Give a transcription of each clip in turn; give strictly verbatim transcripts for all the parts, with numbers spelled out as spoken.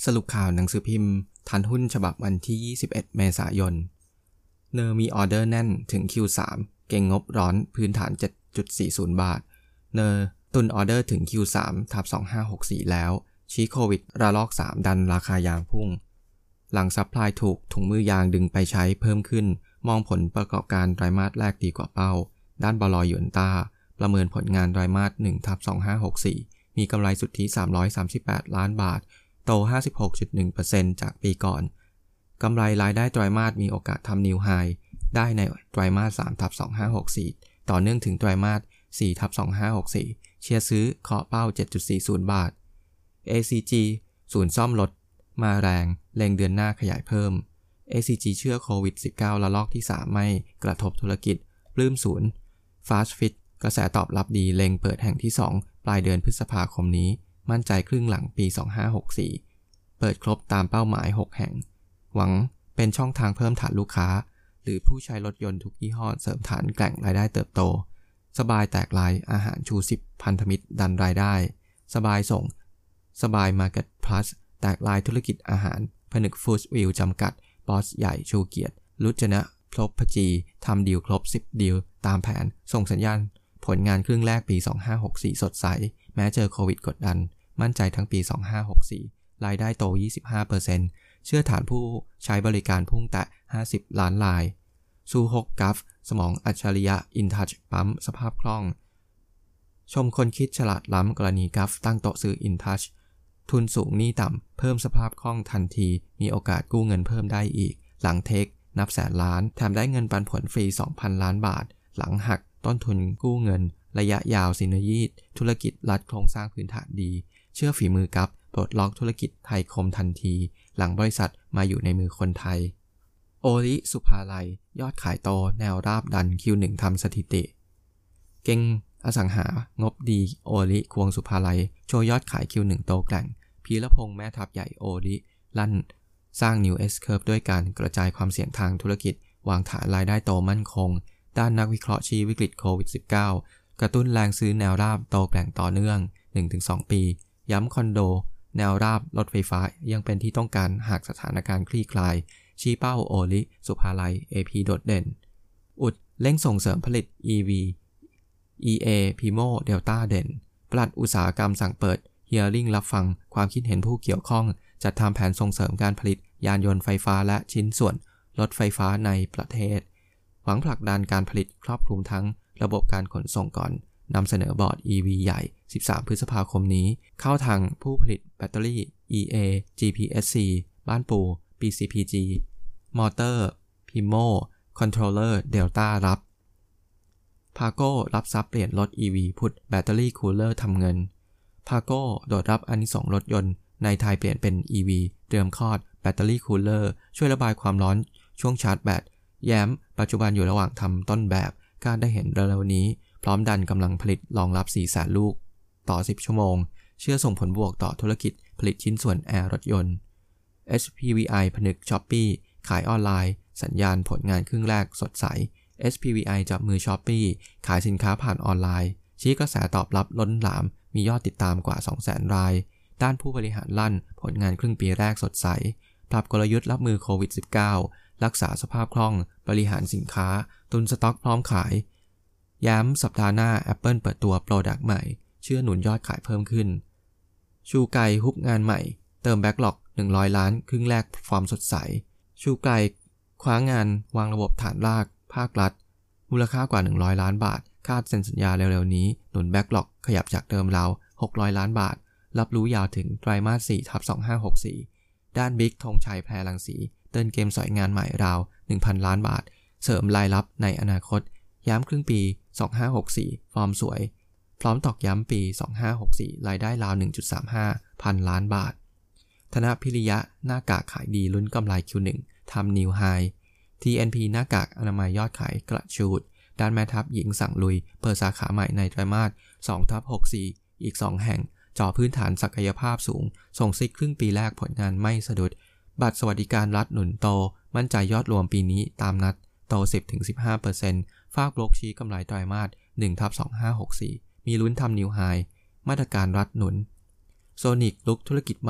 สรุปข่าวหนังสือพิมพ์ทันหุ้นฉบับวันที่ยี่สิบเอ็ดเมษายนเนอร์มีออเดอร์แน่นถึง คิว สาม เก่งงบร้อนพื้นฐาน เจ็ดจุดสี่ศูนย์ บาทเนอร์ตุนออเดอร์ถึง คิว สาม ทับ สองพันห้าร้อยหกสิบสี่แล้วชี้โควิดระลอกสามดันราคายางพุ่งหลังซัพพลายถูกถุงมือยางดึงไปใช้เพิ่มขึ้นมองผลประกอบการไตรมาสแรกดีกว่าเป้าด้านบล.หยวนต้าประเมินผลงานไตรมาส หนึ่ง ทับ สองพันห้าร้อยหกสิบสี่มีกำไรสุทธิสามร้อยสามสิบแปดล้านบาทโต ห้าสิบหกจุดหนึ่งเปอร์เซ็นต์ จากปีก่อนกำไรรายได้ไตรมาสมีโอกาสทำนิวไฮได้ในไตรมาส สาม ทับ สองพันห้าร้อยหกสิบสี่ต่อเนื่องถึงไตรมาส สี่ ทับ สองพันห้าร้อยหกสิบสี่เชียร์ซื้อเคาะเป้า เจ็ดจุดสี่ศูนย์ บาท เอ ซี จี ศูนย์ซ่อมรถมาแรงเล็งเดือนหน้าขยายเพิ่ม เอ ซี จี เชื่อโควิด สิบเก้า ระลอกที่สามไม่กระทบธุรกิจปลื้มศูนย์ Fast Fit กระแสตอบรับดีเล็งเปิดแห่งที่สองปลายเดือนพฤษภาคมนี้มั่นใจครึ่งหลังปี สองพันห้าร้อยหกสิบสี่เปิดครบตามเป้าหมายหกแห่งหวังเป็นช่องทางเพิ่มฐานลูกค้าหรือผู้ใช้รถยนต์ทุกยี่ห้อเสริมฐานแกร่งรายได้เติบโตสบายแตกลายอาหารชูสิบพันธมิตรดันรายได้สบายส่งสบายมาร์เก็ตพลัสแตกลายธุรกิจอาหารผนึกฟู้ดวิวจำกัดบอสใหญ่ชูเกียรติรุจนะพลบพจีทำดีลครบสิบดีลตามแผนส่งสัญญาณผลงานครึ่งแรกปี สองพันห้าร้อยหกสิบสี่ สดใสแม้เจอโควิดกดดันมั่นใจทั้งปี สองพันห้าร้อยหกสิบสี่ รายได้โต ยี่สิบห้าเปอร์เซ็นต์ เชื่อฐานผู้ใช้บริการพุ่งแตะห้าสิบล้านรายซูฮกกัฟสมองอัจฉริยะอินทัชปั๊มสภาพคล่องชมคนคิดฉลาดล้ำกรณีกัฟตั้งโต๊ะซื้ออินทัชทุนสูงหนี้ต่ำเพิ่มสภาพคล่องทันทีมีโอกาสกู้เงินเพิ่มได้อีกหลังเทคนับแสนล้านแถมได้เงินปันผลฟรี สองพันล้านบาทหลังหักต้นทุนกู้เงินระยะยาวซินเนอยีธุรกิจรัฐโครงสร้างพื้นฐานดีเชื่อฝีมือกัฟปลดล็อกธุรกิจไทยคมทันทีหลังบริษัทมาอยู่ในมือคนไทยโอริสุภาลัยยอดขายโตแนวราบดัน คิว หนึ่ง ทำสถิติเก่งอสังหางบดีโอริควงสุภาลัยโชว์ยอดขาย คิว หนึ่ง โตแกร่งพีรพงษ์แม่ทัพใหญ่โอริลั่นสร้าง New S Curve ด้วยการกระจายความเสี่ยงทางธุรกิจวางฐานรายได้โตมั่นคงด้านนักวิเคราะห์ชี้วิกฤตโควิด สิบเก้า กระตุ้นแรงซื้อแนวราบโตแกร่งต่อเนื่อง หนึ่งถึงสอง ปีย้ำคอนโดแนวราบรถไฟฟ้ายังเป็นที่ต้องการหากสถานการณ์คลี่คลายชี้เป้าโอริสุภาลัย เอ พี โดดเด่นอุดเร่งส่งเสริมผลิต อี วี อี เอ Primo Delta เด่นปลัดอุตสาหกรรมสั่งเปิด Hearing รับฟังความคิดเห็นผู้เกี่ยวข้องจัดทำแผนส่งเสริมการผลิตยานยนต์ไฟฟ้าและชิ้นส่วนรถไฟฟ้าในประเทศหวังผลักดันการผลิตครอบคลุมทั้งระบบการขนส่งก่อนนำเสนอบอร์ด อี วี ใหญ่สิบสามพฤษภาคมนี้เข้าทางผู้ผลิตแบตเตอรี่ อี เอ จี พี เอส ซี บ้านปู บี ซี พี จี มอเตอร์ Primo Controller Delta รับพาโก้รับทรัพย์เปลี่ยนรถ อี วี พุทแบตเตอรี่คูลเลอร์ทำเงินพาโก้โดดรับอานิสงส์รถยนต์ในไทยเปลี่ยนเป็น อี วี เตรียมคลอดแบตเตอรี่คูลเลอร์ช่วยระบายความร้อนช่วงชาร์จแบตแย้มปัจจุบันอยู่ระหว่างทำต้นแบบคาดได้เห็นเร็วๆนี้พร้อมดันกำลังผลิตรองรับ สี่แสน ลูกต่อสิบชั่วโมงเชื่อส่งผลบวกต่อธุรกิจผลิตชิ้นส่วนแอร์รถยนต์ เอช พี วี ไอ ผนึก Shopee ขายออนไลน์สัญญาณผลงานครึ่งแรกสดใส เอช พี วี ไอ จับมือ Shopee ขายสินค้าผ่านออนไลน์ชี้กระแสตอบรับล้นหลามมียอดติดตามกว่า สองแสน รายด้านผู้บริหารลั่นผลงานครึ่งปีแรกสดใสปรับกลยุทธ์รับมือโควิด สิบเก้า รักษาสภาพคล่องบริหารสินค้าตุนสต็อกพร้อมขายย้ำสัปดาห์หน้า Apple เปิดตัวโปรดักต์ใหม่เชื่อหนุนยอดขายเพิ่มขึ้นชูไกฮุบงานใหม่เติมแบ็กหลอกหนึ่งร้อยล้านครึ่งแรกฟอร์มสดใสชูไกคว้างานวางระบบฐานรากภาครัฐมูลค่ากว่าหนึ่งร้อยล้านบาทคาดเซ็นสัญญาเร็วๆนี้หนุนแบ็กหลอกขยับจากเดิมราวหกร้อยล้านบาทรับรู้ยาวถึงไตรมาส สี่ ทับ สองพันห้าร้อยหกสิบสี่ด้านบิ๊กธงชัยแพรรังสีเตินเกมสอยงานใหม่ราว หนึ่งพันล้านบาทเสริมรายรับในอนาคตย้ำครึ่งปี สองพันห้าร้อยหกสิบสี่ ฟอร์มสวยพร้อมตอกย้ำปี สองพันห้าร้อยหกสิบสี่ รายได้ราว หนึ่งจุดสามห้า พันล้านบาทธนพิริยะหน้ากากขายดีลุ้นกำไร คิว หนึ่ง ทำนิวไฮ ที เอ็น พี หน้ากากอนามัยยอดขายกระชูดด้านแม่ทัพหญิงสั่งลุยเปิดสาขาใหม่ในไตรมาส สอง ทับ หกสิบสี่ อีก สอง แห่งจ่อพื้นฐานศักยภาพสูงส่งซิกครึ่งปีแรกผลงานไม่สะดุดบัตรสวัสดิการรัฐหนุนโตมั่นใจยอดรวมปีนี้ตามนัดโต สิบถึงสิบห้าเปอร์เซ็นต์ ฝากโลกชี้กำไรไตรมาส หนึ่ง ทับ สองพันห้าร้อยหกสิบสี่มีลุ้นทำนิวไฮมาตรการรัฐหนุนโซนิกลุกธุรกิจใหม่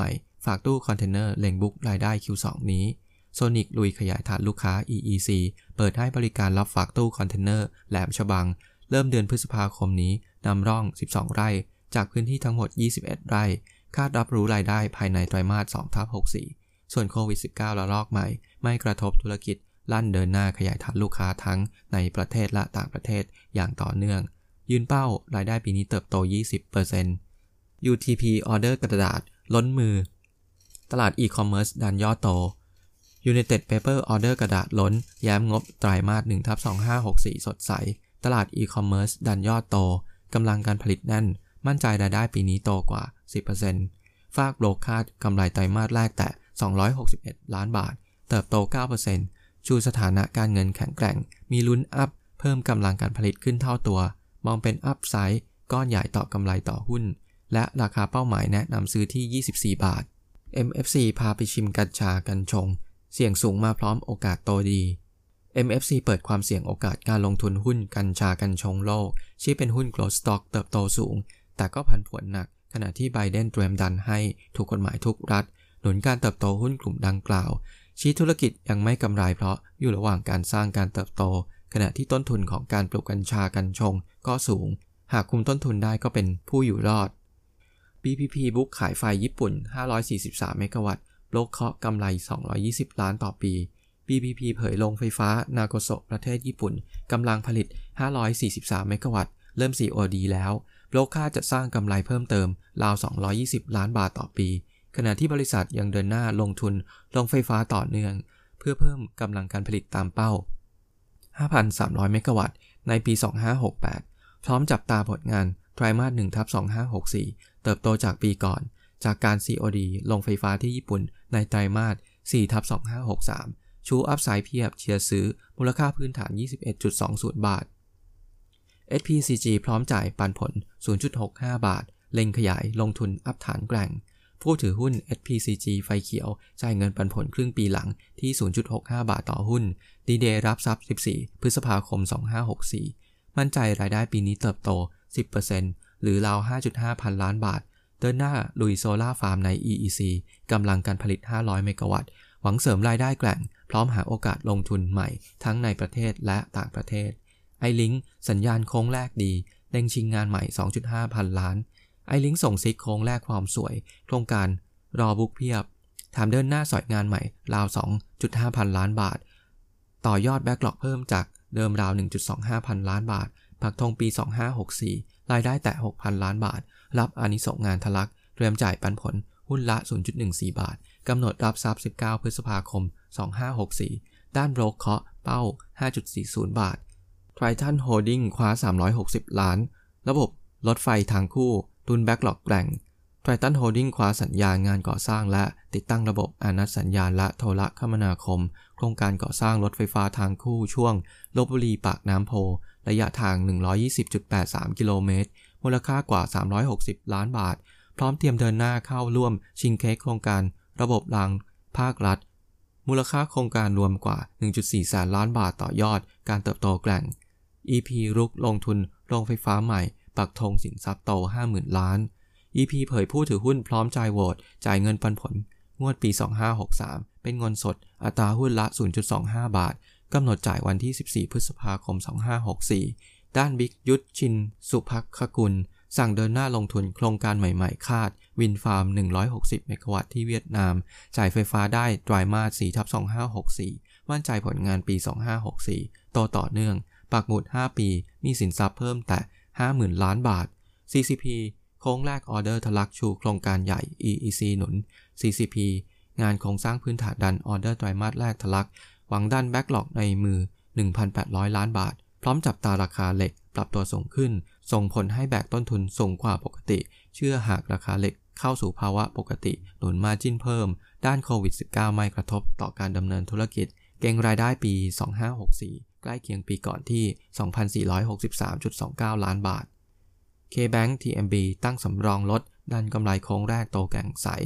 ฝากตู้คอนเทนเนอร์เล็งบุ๊กรายได้ คิว สอง นี้ Sonic ลุยขยายฐานลูกค้า อี อี ซี เปิดให้บริการรับฝากตู้คอนเทนเนอร์แหลมฉบังเริ่มเดือนพฤษภาคมนี้นำร่องสิบสองไร่จากพื้นที่ทั้งหมดยี่สิบเอ็ดไร่คาดรับรู้รายได้ภายในไตรมาส สองทับหกสิบสี่ ส่วนโควิด สิบเก้า ระลอกใหม่ไม่กระทบธุรกิจลั่นเดินหน้าขยายฐานลูกค้าทั้งในประเทศและต่างประเทศอย่างต่อเนื่องยืนเป้ารายได้ปีนี้เติบโต ยี่สิบเปอร์เซ็นต์ ยู ที พี ออเดอร์กระดาษล้นมือตลาดอีคอมเมิร์ซดันยอดโต United Paper ออเดอร์กระดาษล้นแย้มงบไตรมาส หนึ่งทับสองห้าหกสี่ สดใสตลาดอีคอมเมิร์ซดันยอดโตกำลังการผลิตแน่นมั่นใจรายได้ปีนี้โตกว่า สิบเปอร์เซ็นต์ ฝากโบรกคาดกำไรไตรมาสแรกแตะสองร้อยหกสิบเอ็ดล้านบาทเติบโต เก้าเปอร์เซ็นต์ ชูสถานะการเงินแข็งแกร่งมีลุ้นอัพเพิ่มกำลังการผลิตขึ้นเท่าตัวมองเป็นอัพไซด์ก้อนใหญ่ต่อกำไรต่อหุ้นและราคาเป้าหมายแนะนำซื้อที่ยี่สิบสี่บาท เอ็ม เอฟ ซี พาไปชิมกัญชากัญชงเสี่ยงสูงมาพร้อมโอกาสโตดี เอ็ม เอฟ ซี เปิดความเสี่ยงโอกาสการลงทุนหุ้นกัญชากัญชงโลกชี้เป็นหุ้น growth stock เติบโตสูงแต่ก็ผันผวนหนักขณะที่ไบเดนเตรียมดันให้ถูกกฎหมายทุกรัฐหนุนการเติบโตหุ้นกลุ่มดังกล่าวชี้ธุรกิจยังไม่กำไรเพราะอยู่ระหว่างการสร้างการเติบโตขณะที่ต้นทุนของการปลูกกัญชากัญชงก็สูงหากคุมต้นทุนได้ก็เป็นผู้อยู่รอด บี พี พี บุ๊กขายไฟญี่ปุ่นห้าร้อยสี่สิบสามเมกะวัตต์โลกเคาะกำไรสองร้อยยี่สิบล้านต่อปี บี พี พี เผยโรงไฟฟ้านาโกโซะประเทศญี่ปุ่นกำลังผลิตห้าร้อยสี่สิบสามเมกะวัตต์เริ่ม ซี โอ ดี แล้วโลกคาดจะสร้างกำไรเพิ่มเติมราวสองร้อยยี่สิบล้านบาทต่อปีขณะที่บริษัทยังเดินหน้าลงทุนโรงไฟฟ้าต่อเนื่องเพื่อเพิ่มกำลังการผลิตตามเป้า ห้าพันสามร้อยเมกะวัตต์ในปีสองพันห้าร้อยหกสิบแปดพร้อมจับตาผลงานไตรมาส หนึ่งทับสองพันห้าร้อยหกสิบสี่เติบโตจากปีก่อนจากการ ซี โอ ดี โรงไฟฟ้าที่ญี่ปุ่นในไตรมาส สี่ทับสองพันห้าร้อยหกสิบสามชูอัพไซด์เพียบเชียร์ซื้อมูลค่าพื้นฐาน ยี่สิบเอ็ดจุดสองศูนย์ บาท เอส พี ซี จี พร้อมจ่ายปันผล ศูนย์จุดหกห้า บาทเล็งขยายลงทุนอัพฐานแกร่งผู้ถือหุ้น เอส พี ซี จี ไฟเขียวจ่ายเงินปันผลครึ่งปีหลังที่ ศูนย์จุดหกห้า บาทต่อหุ้นดีเดย์รับทรัพย์สิบสี่พฤษภาคมสองพันห้าร้อยหกสิบสี่มั่นใจรายได้ปีนี้เติบโต สิบเปอร์เซ็นต์ หรือราว ห้าจุดห้า พันล้านบาทเดินหน้าลุยโซล่าร์ฟาร์มใน อี อี ซี กำลังการผลิตห้าร้อยเมกะวัตต์หวังเสริมรายได้แกร่งพร้อมหาโอกาสลงทุนใหม่ทั้งในประเทศและต่างประเทศไอลิงก์สัญญาณโค้งแรกดีเล็งชิงงานใหม่ สองจุดห้า พันล้านไอลิงก์ส่งซิกโค้งแรกความสวยโครงการรอบุ๊กเพียบถามเดินหน้าสอยงานใหม่ราว สองจุดห้า พันล้านบาทต่อยอดแบ็คล็อกเพิ่มจากเดิมราว หนึ่งจุดสองห้า พันล้านบาทปักธงปีสองพันห้าร้อยหกสิบสี่รายได้แตะ หกพันล้านบาทรับอานิสงส์งานทะลักเตรียมจ่ายปันผลหุ้นละ ศูนย์จุดหนึ่งสี่ บาทกำหนดรับทรัพย์สิบเก้าพฤษภาคมสองพันห้าร้อยหกสิบสี่ด้านโบรกเคาะเป้า ห้าจุดสี่ศูนย์ บาท Triton Holding คว้าสามร้อยหกสิบล้านระบบรถไฟทางคู่ตุนแบ็คล็อกแกร่ง Triton Holding คว้าสัญญางานก่อสร้างและติดตั้งระบบอานัดสัญญาณและโทรคมนาคมโครงการก่อสร้างรถไฟฟ้าทางคู่ช่วงลพบุรีปากน้ำโพระยะทาง หนึ่งร้อยยี่สิบจุดแปดสาม กิโลเมตรมูลค่ากว่าสามร้อยหกสิบล้านบาทพร้อมเตรียมเดินหน้าเข้าร่วมชิงเค้กโครงการระบบรางภาครัฐมูลค่าโครงการรวมกว่า หนึ่งจุดสี่ แสนล้านบาทต่อยอดการเติบโตแกร่ง อี พี รุกลงทุนโรงไฟฟ้าใหม่ปักธงสินทรัพย์โต ห้าหมื่นล้าน อี พี เผยผู้ถือหุ้นพร้อมจ่ายโหวตจ่ายเงินปันผลงวดปีสองพันห้าร้อยหกสิบสามเป็นเงินสดอัตราหุ้นละ ศูนย์จุดสองห้า บาทกำหนดจ่ายวันที่สิบสี่พฤษภาคมสองพันห้าร้อยหกสิบสี่ด้านบิ๊กยุทธชินสุภักขกุลสั่งเดินหน้าลงทุนโครงการใหม่ๆคาดวินฟาร์มหนึ่งร้อยหกสิบเมกะวัตต์ที่เวียดนามจ่ายไฟฟ้าได้ไตรมาส สี่ทับสองพันห้าร้อยหกสิบสี่มั่นใจผลงานปีสองพันห้าร้อยหกสิบสี่โตต่อเนื่องปักหมุดห้าปีมีสินทรัพย์เพิ่มแต่ ห้าหมื่นล้านบาท ซี ซี พี โค้งแรกออเดอร์ทะลักชูโครงการใหญ่ อี อี ซี หนุน ซี ซี พี งานโครงสร้างพื้นฐานดันออเดอร์ไตรมาสแรกทะลักหวังดันแบ็คล็อกในมือ หนึ่งพันแปดร้อย ล้านบาทพร้อมจับตาราคาเหล็กปรับตัวสูงขึ้นส่งผลให้แบกต้นทุนสูงกว่าปกติเชื่อหากราคาเหล็กเข้าสู่ภาวะปกติหนุนมาร์จิ้นเพิ่มด้านโควิด สิบเก้า ไม่กระทบต่อการดำเนินธุรกิจเก็งรายได้ปีสองพันห้าร้อยหกสิบสี่ใกล้เคียงปีก่อนที่ สองพันสี่ร้อยหกสิบสามจุดสองเก้า ล้านบาท K-Bank ที เอ็ม บี ตั้งสำรองลดดันกำไรโค้งแรกโตแกร่งใส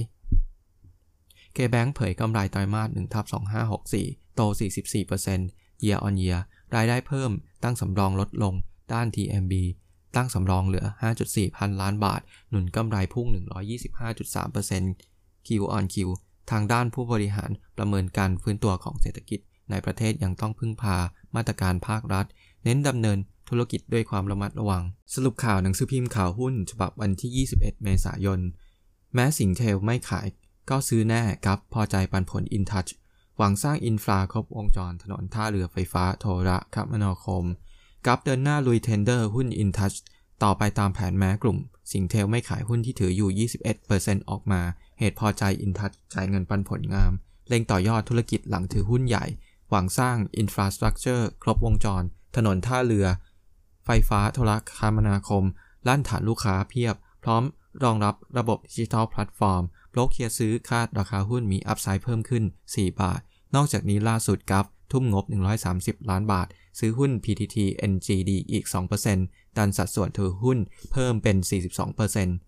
K-Bank เผยกำไรไตรมาส หนึ่งทับสองพันห้าร้อยหกสิบสี่โต สี่สิบสี่เปอร์เซ็นต์ year on year รายได้เพิ่มตั้งสำรองลดลงด้าน ที เอ็ม บี ตั้งสำรองเหลือ ห้าจุดสี่ พันล้านบาทหนุนกำไรพุ่ง หนึ่งร้อยยี่สิบห้าจุดสามเปอร์เซ็นต์ Q on Q ทางด้านผู้บริหารประเมินการฟื้นตัวของเศรษฐกิจในประเทศยังต้องพึ่งพามาตรการภาครัฐเน้นดำเนินธุรกิจด้วยความระมัดระวังสรุปข่าวหนังสือพิมพ์ข่าวหุ้นฉบับวันที่ยี่สิบเอ็ดเมษายนแม้สิงเทลไม่ขายก็ซื้อแน่กับพอใจปันผล InTouch หวังสร้างอินฟราครบวงจรถนนท่าเรือไฟฟ้าโทรคมนาคมกับเดินหน้าลุยเทนเดอร์หุ้น InTouch ต่อไปตามแผนแม้กลุ่มสิงเทลไม่ขายหุ้นที่ถืออยู่ ยี่สิบเอ็ดเปอร์เซ็นต์ ออกมาเหตุพอใจ InTouch จ่ายเงินปันผลงามเร่งต่อยอดธุรกิจหลังถือหุ้นใหญ่หวังสร้างอินฟราสตรัคเจอร์ครบวงจรถนนท่าเรือไฟฟ้าโทรคมนาคมล้านฐานลูกค้าเพียบพร้อมรองรับระบบดิจิทัลแพลตฟอร์มโบรกเคียร์ซื้อคาดราคาหุ้นมีอัพไซด์เพิ่มขึ้นสี่บาทนอกจากนี้ล่าสุดกัฟทุ่มงบหนึ่งร้อยสามสิบล้านบาทซื้อหุ้น พี ที ที เอ็น จี ดี อีก สองเปอร์เซ็นต์ ดันสัดส่วนถือหุ้นเพิ่มเป็น สี่สิบสองเปอร์เซ็นต์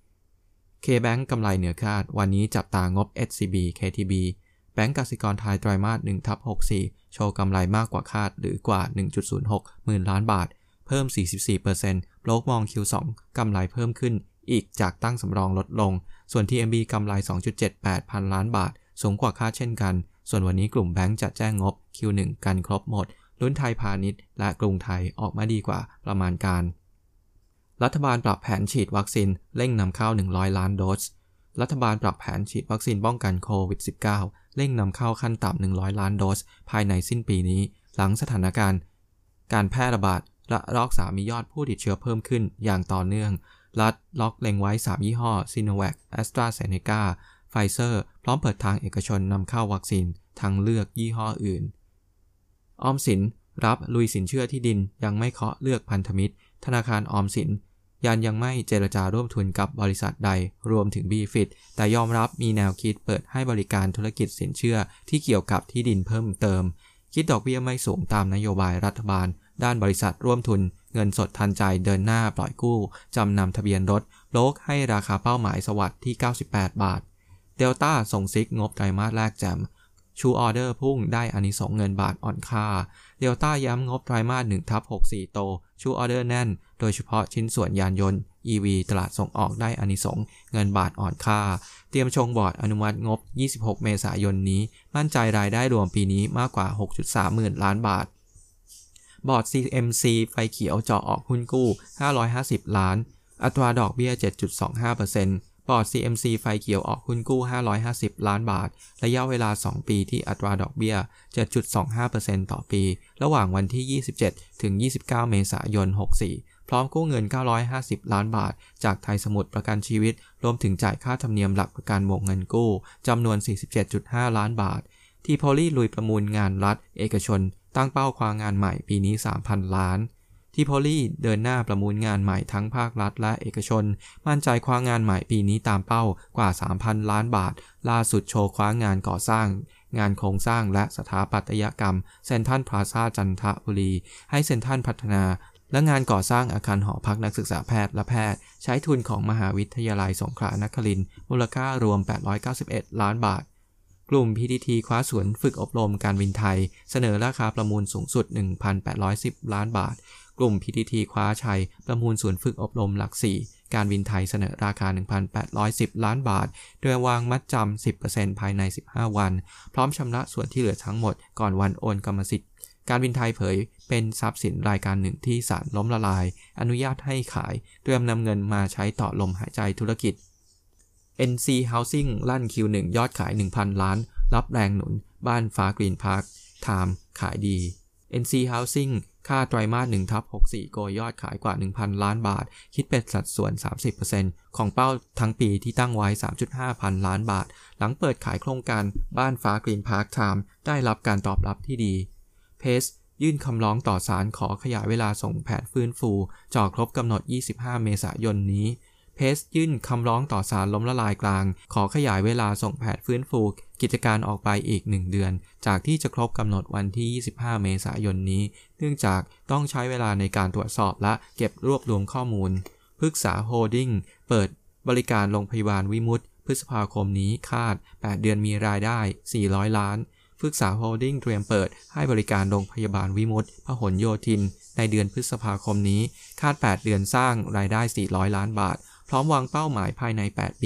K-Bank กำไรเหนือคาดวันนี้จับตางบ เอส ซี บี เค ที บี แบงก์กสิกรไทยไตรมาส หนึ่งทับหกสิบสี่ โชว์กำไรมากกว่าคาดหรือกว่า หนึ่งจุดศูนย์หก หมื่นล้านบาทเพิ่ม สี่สิบสี่เปอร์เซ็นต์ โบรกมอง คิว สอง กำไรเพิ่มขึ้นอีกจากตั้งสำรองลดลงส่วน ที เอ็ม บี กำไร สองจุดเจ็ดแปด พันล้านบาทสูงกว่าคาดเช่นกันส่วนวันนี้กลุ่มแบงก์จะแจ้งงบ คิว หนึ่ง กันครบหมดลุ้นไทยพาณิชย์และกรุงไทยออกมาดีกว่าประมาณการรัฐบาลปรับแผนฉีดวัคซีนเร่งนำเข้าหนึ่งร้อยล้านโดสรัฐบาลปรับแผนฉีดวัคซีนป้องกันโควิด สิบเก้า เร่งนำเข้าขั้นต่ำหนึ่งร้อยล้านโดสภายในสิ้นปีนี้หลังสถานการณ์การแพร่ระบาดระลอกสามมียอดผู้ติดเชื้อเพิ่มขึ้นอย่างต่อเนื่องรัฐล็อกเล็งไว้สามยี่ห้อ Sinovac AstraZeneca Pfizer พร้อมเปิดทางเอกชนนำเข้าวัคซีนทางเลือกยี่ห้ออื่นออมสินรับลุยสินเชื่อที่ดินยังไม่เคาะเลือกพันธมิตรธนาคารออมสินยันยังไม่เจรจาร่วมทุนกับบริษัทใดรวมถึง บี-Fit แต่ยอมรับมีแนวคิดเปิดให้บริการธุรกิจสินเชื่อที่เกี่ยวกับที่ดินเพิ่มเติมคิดดอกเบี้ยไม่สูงตามนโยบายรัฐบาลด้านบริษัทร่วมทุนเงินสดทันใจเดินหน้าปล่อยกู้จำนำทะเบียนรถโลกให้ราคาเป้าหมายสวัสดิ์ที่เก้าสิบแปดบาทเดลต้าส่งซิกงบไตรมาสแรกแจ่มชูออเดอร์พุ่งได้อานิสงส์เงินบาทอ่อนค่าเดลต้าย้ำงบไตรมาส หนึ่งทับหกสิบสี่ โตชูออเดอร์แน่นโดยเฉพาะชิ้นส่วนยานยนต์ อี วี ตลาดส่งออกได้อานิสงส์เงินบาทอ่อนค่าเตรียมชงบอร์ดอนุมัติงบยี่สิบหกเมษายนนี้มั่นใจรายได้รวมปีนี้มากกว่า หกจุดสาม หมื่นล้านบาทบอร์ด ซี เอ็ม ซี ไฟเขียวเจาะออกหุ้นกู้ห้าร้อยห้าสิบล้านอัตราดอกเบี้ย เจ็ดจุดสองห้าเปอร์เซ็นต์ บอร์ด ซี เอ็ม ซี ไฟเขียวออกหุ้นกู้ห้าร้อยห้าสิบล้านบาทระยะเวลาสองปีที่อัตราดอกเบี้ย เจ็ดจุดสองห้าเปอร์เซ็นต์ ต่อปีระหว่างวันที่ยี่สิบเจ็ดถึงยี่สิบเก้าเมษายนหกสิบสี่พร้อมกู้เงินเก้าร้อยห้าสิบล้านบาทจากไทยสมุทรประกันชีวิตรวมถึงจ่ายค่าธรรมเนียมหลักประกันวงเงินกู้จำนวน สี่สิบเจ็ดจุดห้า ล้านบาทที่โพลีลุยประมูลงานรัฐเอกชนตั้งเป้าคว้างานใหม่ปีนี้ สามพัน ล้านที่โพลีเดินหน้าประมูลงานใหม่ทั้งภาครัฐและเอกชนมั่นใจคว้างานใหม่ปีนี้ตามเป้ากว่า สามพัน ล้านบาทล่าสุดโชว์คว้างานก่อสร้างงานโครงสร้างและสถาปัตยกรรมเซ็นทรัลพลาซ่าจันทบุรีให้เซ็นทรัลพัฒนาและงานก่อสร้างอาคารหอพักนักศึกษาแพทย์และแพทย์ใช้ทุนของมหาวิทยาลัยสงขลานครินทร์มูลค่ารวมแปดร้อยเก้าสิบเอ็ดล้านบาทกลุ่ม พี ที ที คว้าศูนย์ฝึกอบรมการบินไทยเสนอราคาประมูลสูงสุด หนึ่งพันแปดร้อยสิบ ล้านบาทกลุ่ม พี ที ที คว้าชัยประมูลศูนย์ฝึกอบรมหลักสี่การบินไทยเสนอราคา หนึ่งพันแปดร้อยสิบ ล้านบาทโดยวางมัดจำ สิบเปอร์เซ็นต์ ภายในสิบห้าวันพร้อมชำระส่วนที่เหลือทั้งหมดก่อนวันโอนกรรมสิทธิ์การบินไทยเผยเป็นทรัพย์สินรายการหนึ่งที่ศาลล้มละลายอนุญาตให้ขายเตรียมนำเงินมาใช้ต่อลมหายใจธุรกิจ เอ็น ซี Housing ลั่น คิว หนึ่ง ยอดขาย หนึ่งพัน ล้านรับแรงหนุนบ้านฟ้ากรีนพาร์คไทม์ขายดี เอ็น ซี Housing ค่าไตรมาส หนึ่งทับหกสิบสี่ โกยยอดขายกว่า หนึ่งพัน ล้านบาทคิดเป็นสัดส่วน สามสิบเปอร์เซ็นต์ ของเป้าทั้งปีที่ตั้งไว้ สามจุดห้า พันล้านบาทหลังเปิดขายโครงการบ้านฟ้ากรีนพาร์คไทม์ได้รับการตอบรับที่ดีเพสยื่นคำร้องต่อศาลขอขยายเวลาส่งแผนฟื้นฟูจ่อครบกำหนดยี่สิบห้าเมษายนนี้เพสยื่นคำร้องต่อศาลล้มละลายกลางขอขยายเวลาส่งแผนฟื้นฟูกิจการออกไปอีกหนึ่งเดือนจากที่จะครบกำหนดวันที่ยี่สิบห้าเมษายนนี้เนื่องจากต้องใช้เวลาในการตรวจสอบและเก็บรวบรวมข้อมูลพฤกษาโฮลดิ้งเปิดบริการโรงพยาบาลวิมุตติพฤษภาคมนี้คาดแปดเดือนมีรายได้สี่ร้อยล้านพฤกษาโฮลดิ้งเตรียมเปิดให้บริการโรงพยาบาลวิมุตติพหลโยธินในเดือนพฤษภาคมนี้คาดแปดเดือนสร้างรายได้สี่ร้อยล้านบาทพร้อมวางเป้าหมายภายในแปดปี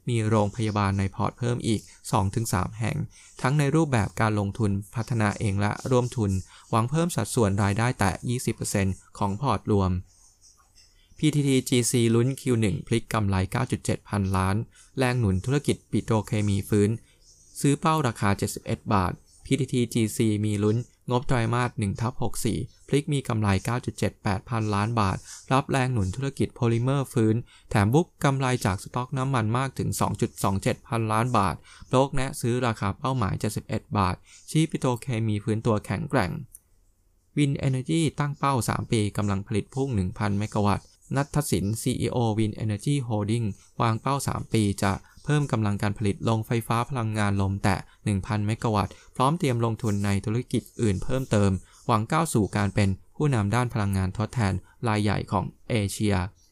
มีโรงพยาบาลในพอร์ตเพิ่มอีก สองถึงสาม แห่งทั้งในรูปแบบการลงทุนพัฒนาเองและร่วมทุนหวังเพิ่มสัดส่วนรายได้แต่ ยี่สิบเปอร์เซ็นต์ ของพอร์ตรวม พี ที ที จี ซี ลุ้น คิว หนึ่ง พลิกกำไร เก้าจุดเจ็ด พันล้านแรงหนุนธุรกิจปิโตรเคมีฟื้นซื้อเป้าราคาเจ็ดสิบเอ็ดบาท พี ที ที จี ซี มีลุ้นงบไตรมาส หนึ่งทับหกสี่ พลิกมีกำไร เก้าจุดเจ็ดแปด พันล้านบาทรับแรงหนุนธุรกิจโพลิเมอร์ฟื้นแถมบุ๊กกำไรจากสต็อกน้ำมันมากถึง สองจุดสองเจ็ด พันล้านบาทโลกแนะซื้อราคาเป้าหมายเจ็ดสิบเอ็ดบาทชี้ปิโตรเคมีฟื้นตัวแข็งแกร่งวินเอเนอร์จีตั้งเป้าสามปีกำลังผลิตพุ่ง หนึ่งพัน เมกะวัตต์ณัฐศิลป์ ซี อี โอ Wind Energy Holding วางเป้าสามปีจะเพิ่มกำลังการผลิตโรงไฟฟ้าพลังงานลมแต่ หนึ่งพัน เมกะวัตต์พร้อมเตรียมลงทุนในธุรกิจอื่นเพิ่มเติมหวังก้าวสู่การเป็นผู้นำด้านพลังงานทดแทนรายใหญ่ของเอเชีย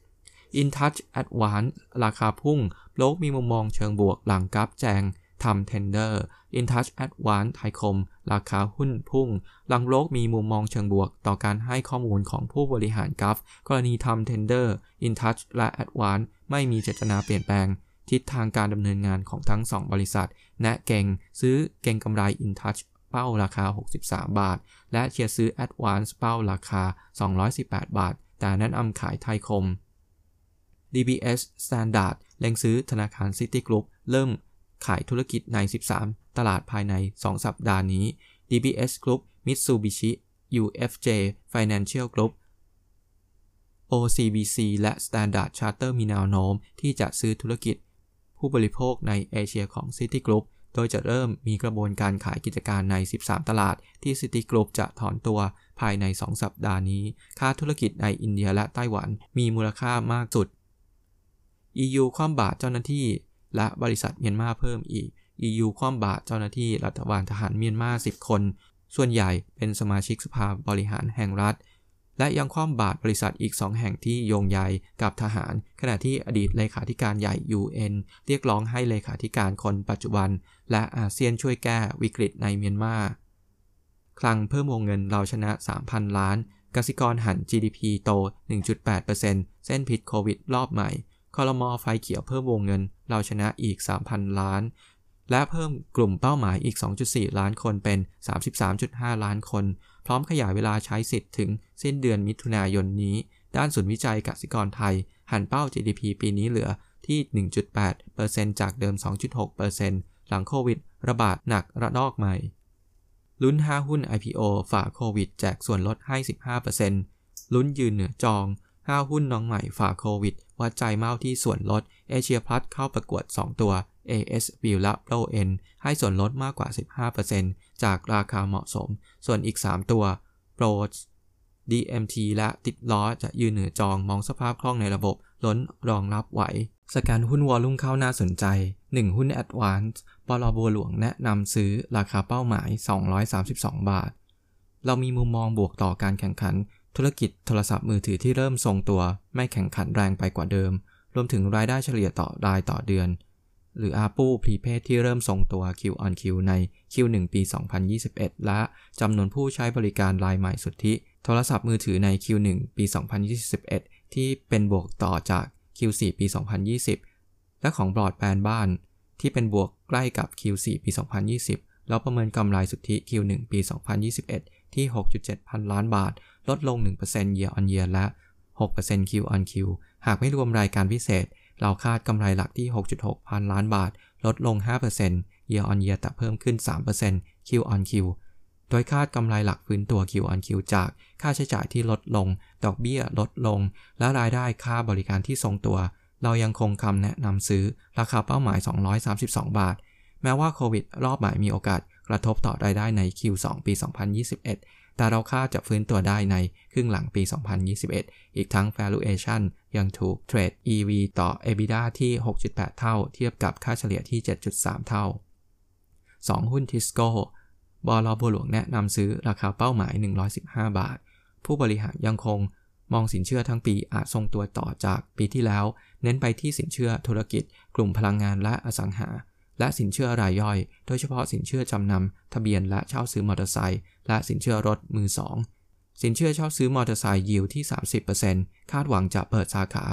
InTouch Advanced ราคาพุ่งโลกมีมุมมองเชิงบวกหลังกราฟแจงทำเทนเดอร์ InTouch Advanced ไทยคมราคาหุ้นพุ่งหลังโลกมีมุมมองเชิงบวกต่อการให้ข้อมูลของผู้บริหารกราฟกรณีทำเทนเดอร์ InTouch และ Advanced ไม่มีเจตนาเปลี่ยนแปลงทิศทางการดำเนินงานของทั้งสองบริษัทแนะเก่งซื้อเก่งกำไร InTouch เป้าราคาหกสิบสามบาทและเชียร์ซื้อ Advanced เป้าราคาสองร้อยสิบแปดบาทแต่แนะนำขายไทยคม ดี บี เอส Standard เล็งซื้อธนาคาร Citigroup เริ่มขายธุรกิจในสิบสามตลาดภายในสองสัปดาห์นี้ ดี บี เอส Group Mitsubishi ยู เอฟ เจ Financial Group โอ ซี บี ซี และ Standard Chartered มีแนวโน้มที่จะซื้อธุรกิจผู้บริโภคในเอเชียของ Citigroup โดยจะเริ่มมีกระบวนการขายกิจการในสิบสามตลาดที่ Citigroup จะถอนตัวภายในสองสัปดาห์นี้ค่าธุรกิจในอินเดียและไต้หวันมีมูลค่ามากสุด อี ยู คว่ำบาตรเจ้าหน้าที่และบริษัทเมียนมาเพิ่มอีก อี ยู คว่ำบาตรเจ้าหน้าที่รัฐบาลทหารเมียนมาสิบคนส่วนใหญ่เป็นสมาชิกสภาบริหารแห่งรัฐและยังคว่ำบาตรบริษัทอีกสองแห่งที่โยงใยกับทหารขณะที่อดีตเลขาธิการใหญ่ ยู เอ็น เรียกร้องให้เลขาธิการคนปัจจุบันและอาเซียนช่วยแก้วิกฤตในเมียนมาคลังเพิ่มวงเงินเราชนะ สามพัน ล้านกสิกรหัน จี ดี พี โต หนึ่งจุดแปดเปอร์เซ็นต์ เส้นพิษโควิดรอบใหม่ครม.ไฟเขียวเพิ่มวงเงินเราชนะอีก สามพัน ล้านและเพิ่มกลุ่มเป้าหมายอีก สองจุดสี่ ล้านคนเป็น สามสิบสามจุดห้า ล้านคนพร้อมขยายเวลาใช้สิทธิ์ถึงสิ้นเดือนมิถุนายนนี้ด้านศูนย์วิจัยกสิกรไทยหันเป้า จี ดี พี ปีนี้เหลือที่ หนึ่งจุดแปดเปอร์เซ็นต์ จากเดิม สองจุดหกเปอร์เซ็นต์ หลังโควิดระบาดหนักระลอกใหม่ลุ้นห้าหุ้น ไอ พี โอ ฝ่าโควิดแจกส่วนลดให้ สิบห้าเปอร์เซ็นต์ ลุ้นยืนเหนือจองห้าหุ้นน้องใหม่ฝ่าโควิดวัดใจเมาที่ส่วนลดเอเชียพลัสเข้าประกวดสองตัว เอ เอส View และ Pro N ให้ส่วนลดมากกว่า สิบห้าเปอร์เซ็นต์ จากราคาเหมาะสมส่วนอีกสามตัว Pro ดี เอ็ม ที และติดล้อจะยืนเหนือจองมองสภาพคล่องในระบบล้นรองรับไหวสแกนหุ้นวอลุ่มเข้าน่าสนใจหนึ่งหุ้น Advance ปล.บัวหลวงแนะนำซื้อราคาเป้าหมายสองร้อยสามสิบสองบาทเรามีมุมมองบวกต่อการแข่งขันธุรกิจโทรศัพท์มือถือที่เริ่มทรงตัวไม่แข่งขันแรงไปกว่าเดิมรวมถึงรายได้เฉลี่ยต่อรายต่อเดือนหรือ อาร์ พี ยู Prepaid ที่เริ่มทรงตัว Q on Q ใน คิว หนึ่ง ปี สองพันยี่สิบเอ็ดและจำนวนผู้ใช้บริการรายใหม่สุทธิโทรศัพท์มือถือใน คิว หนึ่ง ปี สองพันยี่สิบเอ็ดที่เป็นบวกต่อจาก คิว สี่ ปี สองพันยี่สิบและของบรอดแบนด์บ้านที่เป็นบวกใกล้กับ คิว สี่ ปี สองพันยี่สิบแล้วประเมินกำไรสุทธิ คิว หนึ่ง ปี สองพันยี่สิบเอ็ดที่ หกจุดเจ็ด พันล้านบาทลดลง หนึ่งเปอร์เซ็นต์ year on year และ หกเปอร์เซ็นต์ Q on Q หากไม่รวมรายการพิเศษเราคาดกำไรหลักที่ หกจุดหก พันล้านบาทลดลง ห้าเปอร์เซ็นต์ year on year แต่เพิ่มขึ้น สามเปอร์เซ็นต์ Q on Q โดยคาดกำไรหลักฟื้นตัว Q on Q จากค่าใช้จ่ายที่ลดลงดอกเบี้ยลดลงและรายได้ค่าบริการที่ทรงตัวเรายังคงคำแนะนำซื้อราคาเป้าหมายสองร้อยสามสิบสองบาทแม้ว่าโควิดรอบใหม่มีโอกาสกระทบต่อรายได้ใน คิว สอง ปี สองพันยี่สิบเอ็ดแต่เราคาดจะฟื้นตัวได้ในครึ่งหลังปี สองพันยี่สิบเอ็ดอีกทั้ง valuation ยังถูกเทรด อี วี ต่อ EBITDA ที่ หกจุดแปด เท่าเทียบกับค่าเฉลี่ยที่ เจ็ดจุดสาม เท่าสองหุ้น Tisco บล.บัวหลวงแนะนำซื้อราคาเป้าหมายหนึ่งร้อยสิบห้าบาทผู้บริหารยังคงมองสินเชื่อทั้งปีอาจทรงตัวต่อจากปีที่แล้วเน้นไปที่สินเชื่อธุรกิจกลุ่มพลังงานและอสังหาและสินเชื่อรายย่อยโดยเฉพาะสินเชื่อจำนำทะเบียนและเช่าซื้อมอเตอร์ไซค์และสินเชื่อรถมือสองสินเชื่อเช่าซื้อมอเตอร์ไซค์ยิลด์ที่ สามสิบเปอร์เซ็นต์ คาดหวังจะเปิดสาขา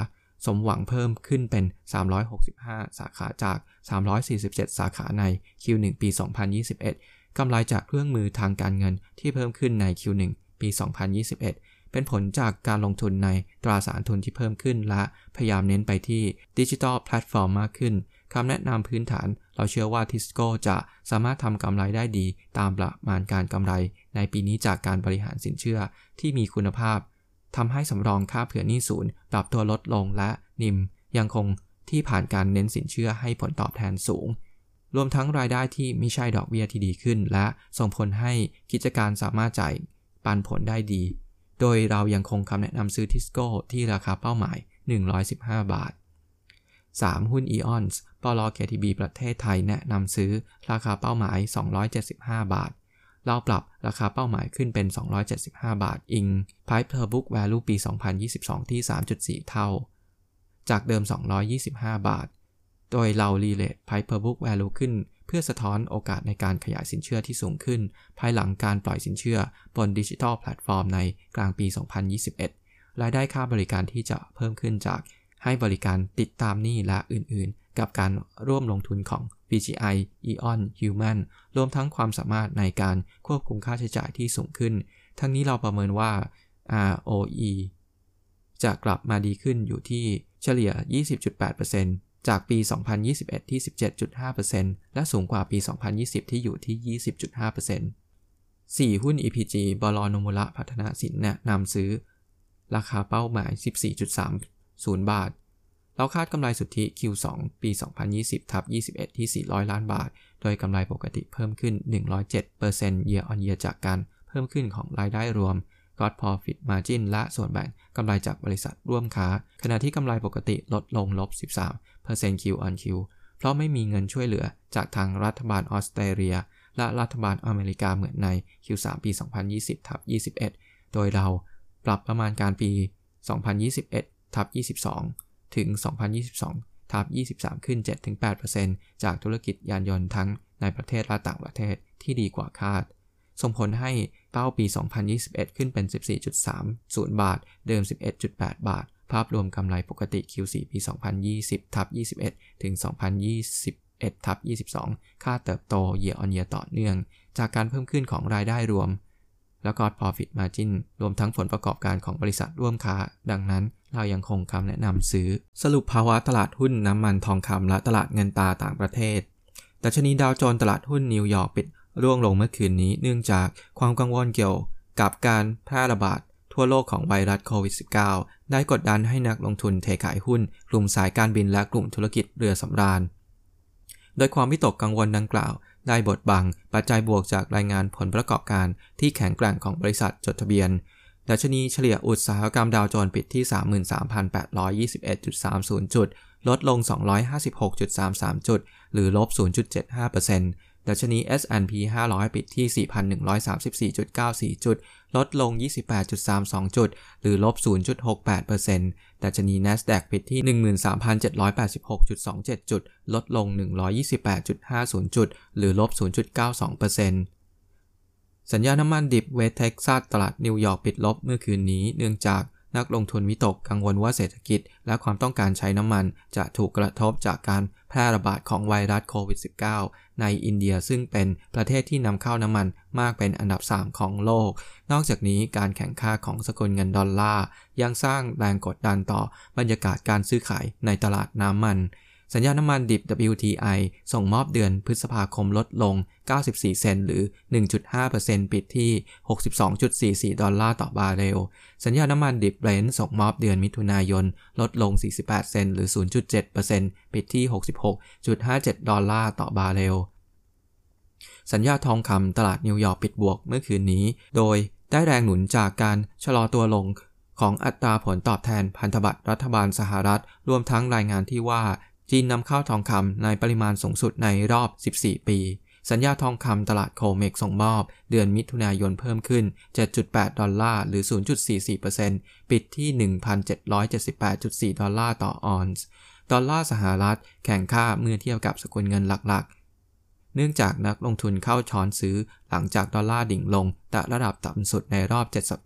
สมหวังเพิ่มขึ้นเป็นสามร้อยหกสิบห้าสาขาจากสามร้อยสี่สิบเจ็ดสาขาใน คิว หนึ่ง ปี สองพันยี่สิบเอ็ด กำไรจากเครื่องมือทางการเงินที่เพิ่มขึ้นใน คิว หนึ่ง ปี สองพันยี่สิบเอ็ด เป็นผลจากการลงทุนในตราสารทุนที่เพิ่มขึ้นและพยายามเน้นไปที่ดิจิทัลแพลตฟอร์มมากขึ้นคำแนะนำพื้นฐานเราเชื่อว่า Tisco จะสามารถทำกำไรได้ดีตามประมาณการกำไรในปีนี้จากการบริหารสินเชื่อที่มีคุณภาพทำให้สำรองค่าเผื่อหนี้ศูนย์ปรับตัวลดลงและ นิม ยังคงที่ผ่านการเน้นสินเชื่อให้ผลตอบแทนสูงรวมทั้งรายได้ที่ไม่ใช่ดอกเบี้ยที่ดีขึ้นและส่งผลให้กิจการสามารถจ่ายปันผลได้ดีโดยเรายังคงคำแนะนำซื้อ Tisco ที่ราคาเป้าหมายหนึ่งร้อยสิบห้าบาทสามหุ้น อี ออน ปล. เค ที บี ประเทศไทยแนะนำซื้อราคาเป้าหมายสองร้อยเจ็ดสิบห้าบาทเราปรับราคาเป้าหมายขึ้นเป็นสองร้อยเจ็ดสิบห้าบาทอิง Price per book value ปี สองพันยี่สิบสอง ที่ สามจุดสี่ เท่าจากเดิมสองร้อยยี่สิบห้าบาทโดยเรา Relate Price per book value ขึ้นเพื่อสะท้อนโอกาสในการขยายสินเชื่อที่สูงขึ้นภายหลังการปล่อยสินเชื่อบนดิจิทัลแพลตฟอร์มในกลางปี สองพันยี่สิบเอ็ด รายได้ค่าบริการที่จะเพิ่มขึ้นจากให้บริการติดตามหนี้และอื่นๆกับการร่วมลงทุนของ บี จี ไอ อี ออน Human รวมทั้งความสามารถในการควบคุมค่าใช้จ่ายที่สูงขึ้นทั้งนี้เราประเมินว่า อาร์ โอ อี จะกลับมาดีขึ้นอยู่ที่เฉลี่ย ยี่สิบจุดแปดเปอร์เซ็นต์ จากปี สองพันยี่สิบเอ็ด ที่ สิบเจ็ดจุดห้าเปอร์เซ็นต์ และสูงกว่าปี สองพันยี่สิบ ที่อยู่ที่ ยี่สิบจุดห้าเปอร์เซ็นต์ สี่ หุ้น อี พี จี บล.โนมุระพัฒนาสินแนะนำซื้อราคาเป้าหมาย สิบสี่จุดสามศูนย์ บาทเราคาดกำไรสุทธิ คิว สอง ปี สองพันยี่สิบ ทับ ยี่สิบเอ็ด ที่ สี่ร้อย ล้านบาทโดยกำไรปกติเพิ่มขึ้น หนึ่งร้อยเจ็ดเปอร์เซ็นต์ year on year จากการเพิ่มขึ้นของรายได้รวม Gross Profit Margin และส่วนแบ่งกำไรจากบริษัทร่วมค้าขณะที่กำไรปกติลดลง ลบสิบสามเปอร์เซ็นต์ Q on Q เพราะไม่มีเงินช่วยเหลือจากทางรัฐบาลออสเตรเลียและรัฐบาลอเมริกาเหมือนใน คิว สาม ปี สองพันยี่สิบ ทับ ยี่สิบเอ็ด โดยเราปรับประมาณการปี สองพันยี่สิบเอ็ด ทับ ยี่สิบสอง ถึง สองพันยี่สิบสอง ทับ ยี่สิบสาม ขึ้น เจ็ดถึงแปดเปอร์เซ็นต์ จากธุรกิจยานยนต์ทั้งในประเทศและต่างประเทศที่ดีกว่าคาดส่งผลให้เป้าปี สองพันยี่สิบเอ็ด ขึ้นเป็น สิบสี่จุดสามศูนย์ บาทเดิม สิบเอ็ดจุดแปด บาทภาพรวมกำไรปกติ คิว สี่ ปี สองพันยี่สิบ ทับ ยี่สิบเอ็ด ถึง สองพันยี่สิบเอ็ด ทับ ยี่สิบสอง ค่าเติบโต year on year ต่อเนื่องจากการเพิ่มขึ้นของรายได้รวมและ Gross Profit Margin รวมทั้งผลประกอบการของบริษัทร่วมค้าดังนั้นเรายังคงคำแนะนำซื้อสรุปภาวะตลาดหุ้นน้ำมันทองคำและตลาดเงินตราต่างประเทศดัชนีดาวโจนส์ตลาดหุ้นนิวยอร์กปิดร่วงลงเมื่อคืนนี้เนื่องจากความกังวลเกี่ยวกับการแพร่ระบาดทั่วโลกของไวรัสโควิด สิบเก้า ได้กดดันให้นักลงทุนเทขายหุ้นกลุ่มสายการบินและกลุ่มธุรกิจเรือสำราญโดยความวิตกกังวลดังกล่าวได้บดบังปัจจัยบวกจากรายงานผลประกอบการที่แข็งแกร่งของบริษัทจดทะเบียนดัชนีเฉลี่ยอุตสาหกรรมดาวโจนส์ปิดที่ สามหมื่นสามพันแปดร้อยยี่สิบเอ็ดจุดสามศูนย์ จุดลดลง สองร้อยห้าสิบหกจุดสามสาม จุดหรือลบ ศูนย์จุดเจ็ดห้าเปอร์เซ็นต์ ดัชนี เอส แอนด์ พี ห้าร้อยปิดที่ สี่พันหนึ่งร้อยสามสิบสี่จุดเก้าสี่ จุดลดลง ยี่สิบแปดจุดสามสอง จุดหรือลบ ศูนย์จุดหกแปดเปอร์เซ็นต์ ดัชนี NASDAQ ปิดที่ หนึ่งหมื่นสามพันเจ็ดร้อยแปดสิบหกจุดสองเจ็ด จุดลดลง หนึ่งร้อยยี่สิบแปดจุดห้าศูนย์ จุดหรือลบ ศูนย์จุดเก้าสองเปอร์เซ็นต์ สัญญาน้ำมันดิบเวสต์เท็กซัสตลาดนิวยอร์กปิดลบเมื่อคืนนี้เนื่องจากนักลงทุนวิตกกังวลว่าเศรษฐกิจและความต้องการใช้น้ำมันจะถูกกระทบจากการแพร่ระบาดของไวรัสโควิด สิบเก้า ในอินเดียซึ่งเป็นประเทศที่นำเข้าน้ำมันมากเป็นอันดับสามของโลกนอกจากนี้การแข่งข้าของสกุลเงินดอลลาร์ยังสร้างแรงกดดันต่อบรรยากาศการซื้อขายในตลาดน้ำมันสัญญาน้ำมันดิบ ดับเบิลยู ที ไอ ส่งมอบเดือนพฤษภาคมลดลงเก้าสิบสี่เซนต์หรือ หนึ่งจุดห้าเปอร์เซ็นต์ ปิดที่ หกสิบสองจุดสี่สี่ ดอลลาร์ต่อบาร์เรลสัญญาน้ำมันดิบ Brent ส่งมอบเดือนมิถุนายนลดลงสี่สิบแปดเซนต์หรือ ศูนย์จุดเจ็ดเปอร์เซ็นต์ ปิดที่ หกสิบหกจุดห้าเจ็ด ดอลลาร์ต่อบาร์เรลสัญญาทองคำตลาดนิวยอร์กปิดบวกเมื่อคืนนี้โดยได้แรงหนุนจากการชะลอตัวลงของอัตราผลตอบแทนพันธบัตรรัฐบาลสหรัฐรวมทั้งรายงานที่ว่าจีนนำเข้าทองคำในปริมาณสูงสุดในรอบสิบสี่ปีสัญญาทองคำตลาดโคเมกส่งมอบเดือนมิถุนายนเพิ่มขึ้น เจ็ดจุดแปด ดอลลาร์หรือ ศูนย์จุดสี่สี่เปอร์เซ็นต์ ปิดที่ หนึ่งพันเจ็ดร้อยเจ็ดสิบแปดจุดสี่ ดอลลาร์ต่อออนซ์ดอลลาร์สหรัฐแข่งค่าเมื่อเทียบกับสกุลเงินหลักๆเนื่องจากนักลงทุนเข้าช้อนซื้อหลังจากดอลลาร์ดิ่งลงแต่ระดับต่ำสุดในรอบเจ็ดสัปดาห์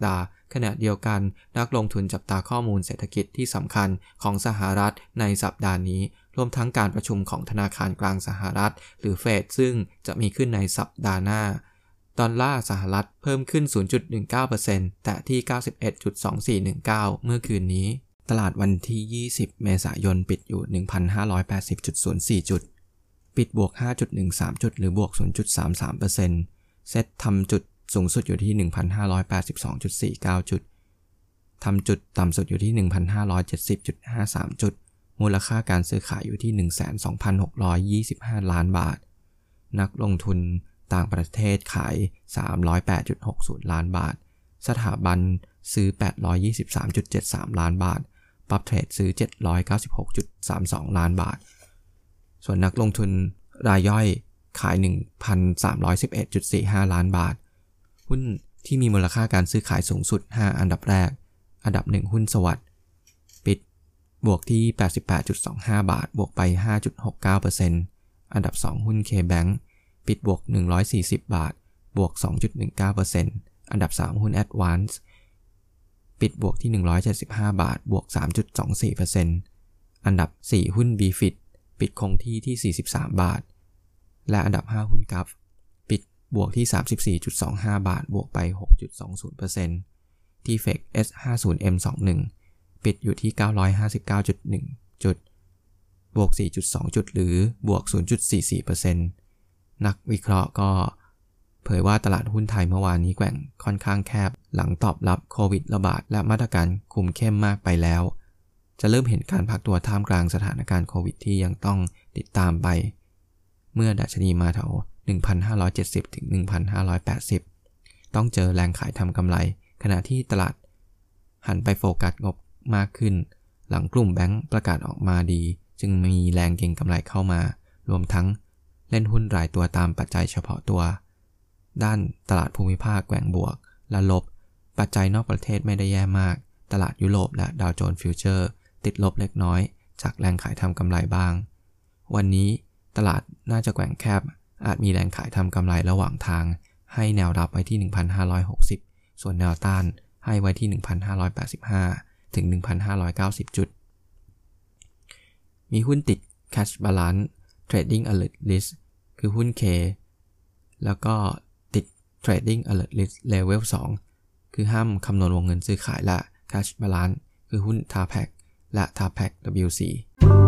ขณะเดียวกันนักลงทุนจับตาข้อมูลเศรษฐกิจที่สำคัญของสหรัฐในสัปดาห์นี้รวมทั้งการประชุมของธนาคารกลางสหรัฐหรือเฟดซึ่งจะมีขึ้นในสัปดาห์หน้าดอลลาร์สหรัฐเพิ่มขึ้น ศูนย์จุดหนึ่งเก้าเปอร์เซ็นต์ แต่ที่ เก้าสิบเอ็ดจุดสองสี่หนึ่งเก้า เมื่อคืนนี้ตลาดวันที่ยี่สิบเมษายนปิดอยู่ หนึ่งพันห้าร้อยแปดสิบจุดศูนย์สี่ จุดปิดบวก ห้าจุดหนึ่งสาม จุดหรือบวก ศูนย์จุดสามสามเปอร์เซ็นต์ เซ็ตทำจุดสูงสุดอยู่ที่ หนึ่งพันห้าร้อยแปดสิบสองจุดสี่เก้า จุดทำจุดต่ำสุดอยู่ที่ หนึ่งพันห้าร้อยเจ็ดสิบจุดห้าสาม จุดมูลค่าการซื้อขายอยู่ที่ หนึ่งแสนสองพันหกร้อยยี่สิบห้า ล้านบาทนักลงทุนต่างประเทศขาย สามร้อยแปดจุดหกศูนย์ ล้านบาทสถาบันซื้อ แปดร้อยยี่สิบสามจุดเจ็ดสาม ล้านบาทปรับเทรดซื้อ เจ็ดร้อยเก้าสิบหกจุดสามสอง ล้านบาทส่วนนักลงทุนรายย่อยขาย หนึ่งพันสามร้อยสิบเอ็ดจุดสี่ห้า ล้านบาทหุ้นที่มีมูลค่าการซื้อขายสูงสุดห้าอันดับแรกอันดับหนึ่งหุ้นสวัสดิ์ปิดบวกที่ แปดสิบแปดจุดสองห้า บาทบวกไป ห้าจุดหกเก้าเปอร์เซ็นต์ อันดับสองหุ้น K-Bank ปิดบวกหนึ่งร้อยสี่สิบบาทบวก สองจุดหนึ่งเก้าเปอร์เซ็นต์ อันดับสามหุ้น Advance ปิดบวกที่หนึ่งร้อยเจ็ดสิบห้าบาทบวก สามจุดสองสี่เปอร์เซ็นต์ อันดับสี่หุ้น B-Fit ปิดคงที่ที่สี่สิบสามบาทและอันดับห้าหุ้น จี เอ เอฟ ปิดบวกที่ สามสิบสี่จุดสองห้า บาทบวกไป หกจุดสองศูนย์เปอร์เซ็นต์ ที เอฟ อี ซี เอส ห้าสิบ เอ็ม ยี่สิบเอ็ด ปิดอยู่ที่ เก้าร้อยห้าสิบเก้าจุดหนึ่ง จุดบวก สี่จุดสอง จุดหรือบวก ศูนย์จุดสี่สี่เปอร์เซ็นต์ นักวิเคราะห์ก็เผยว่าตลาดหุ้นไทยเมื่อวานนี้แกว่งค่อนข้างแคบหลังตอบรับโควิดระบาดและมาตรการคุมเข้มมากไปแล้วจะเริ่มเห็นการพักตัวท่ามกลางสถานการณ์โควิดที่ยังต้องติดตามไปเมื่อดัชนีมาแถว หนึ่งพันห้าร้อยเจ็ดสิบ ถึง หนึ่งพันห้าร้อยแปดสิบ ต้องเจอแรงขายทำกำไรขณะที่ตลาดหันไปโฟกัสงบมากขึ้นหลังกลุ่มแบงก์ประกาศออกมาดีจึงมีแรงเก็งกำไรเข้ามารวมทั้งเล่นหุ้นรายตัวตามปัจจัยเฉพาะตัวด้านตลาดภูมิภาคแกว่งบวกและลบปัจจัยนอกประเทศไม่ได้แย่มากตลาดยุโรปและดาวโจนส์ฟิวเจอร์ติดลบเล็กน้อยจากแรงขายทำกำไรบ้างวันนี้ตลาดน่าจะแกว่งแคบอาจมีแรงขายทำกำไรระหว่างทางให้แนวรับไว้ที่ หนึ่งพันห้าร้อยหกสิบ ส่วนแนวต้านให้ไว้ที่ หนึ่งพันห้าร้อยแปดสิบห้า ถึง หนึ่งพันห้าร้อยเก้าสิบ จุดมีหุ้นติด Cash Balance Trading Alert List คือหุ้น K แล้วก็ติด Trading Alert List Level สองคือห้ามคำนวณวงเงินซื้อขายและ Cash Balance คือหุ้น ทาแพ็ก และ ทาแพ็ก ดับเบิลยู ซี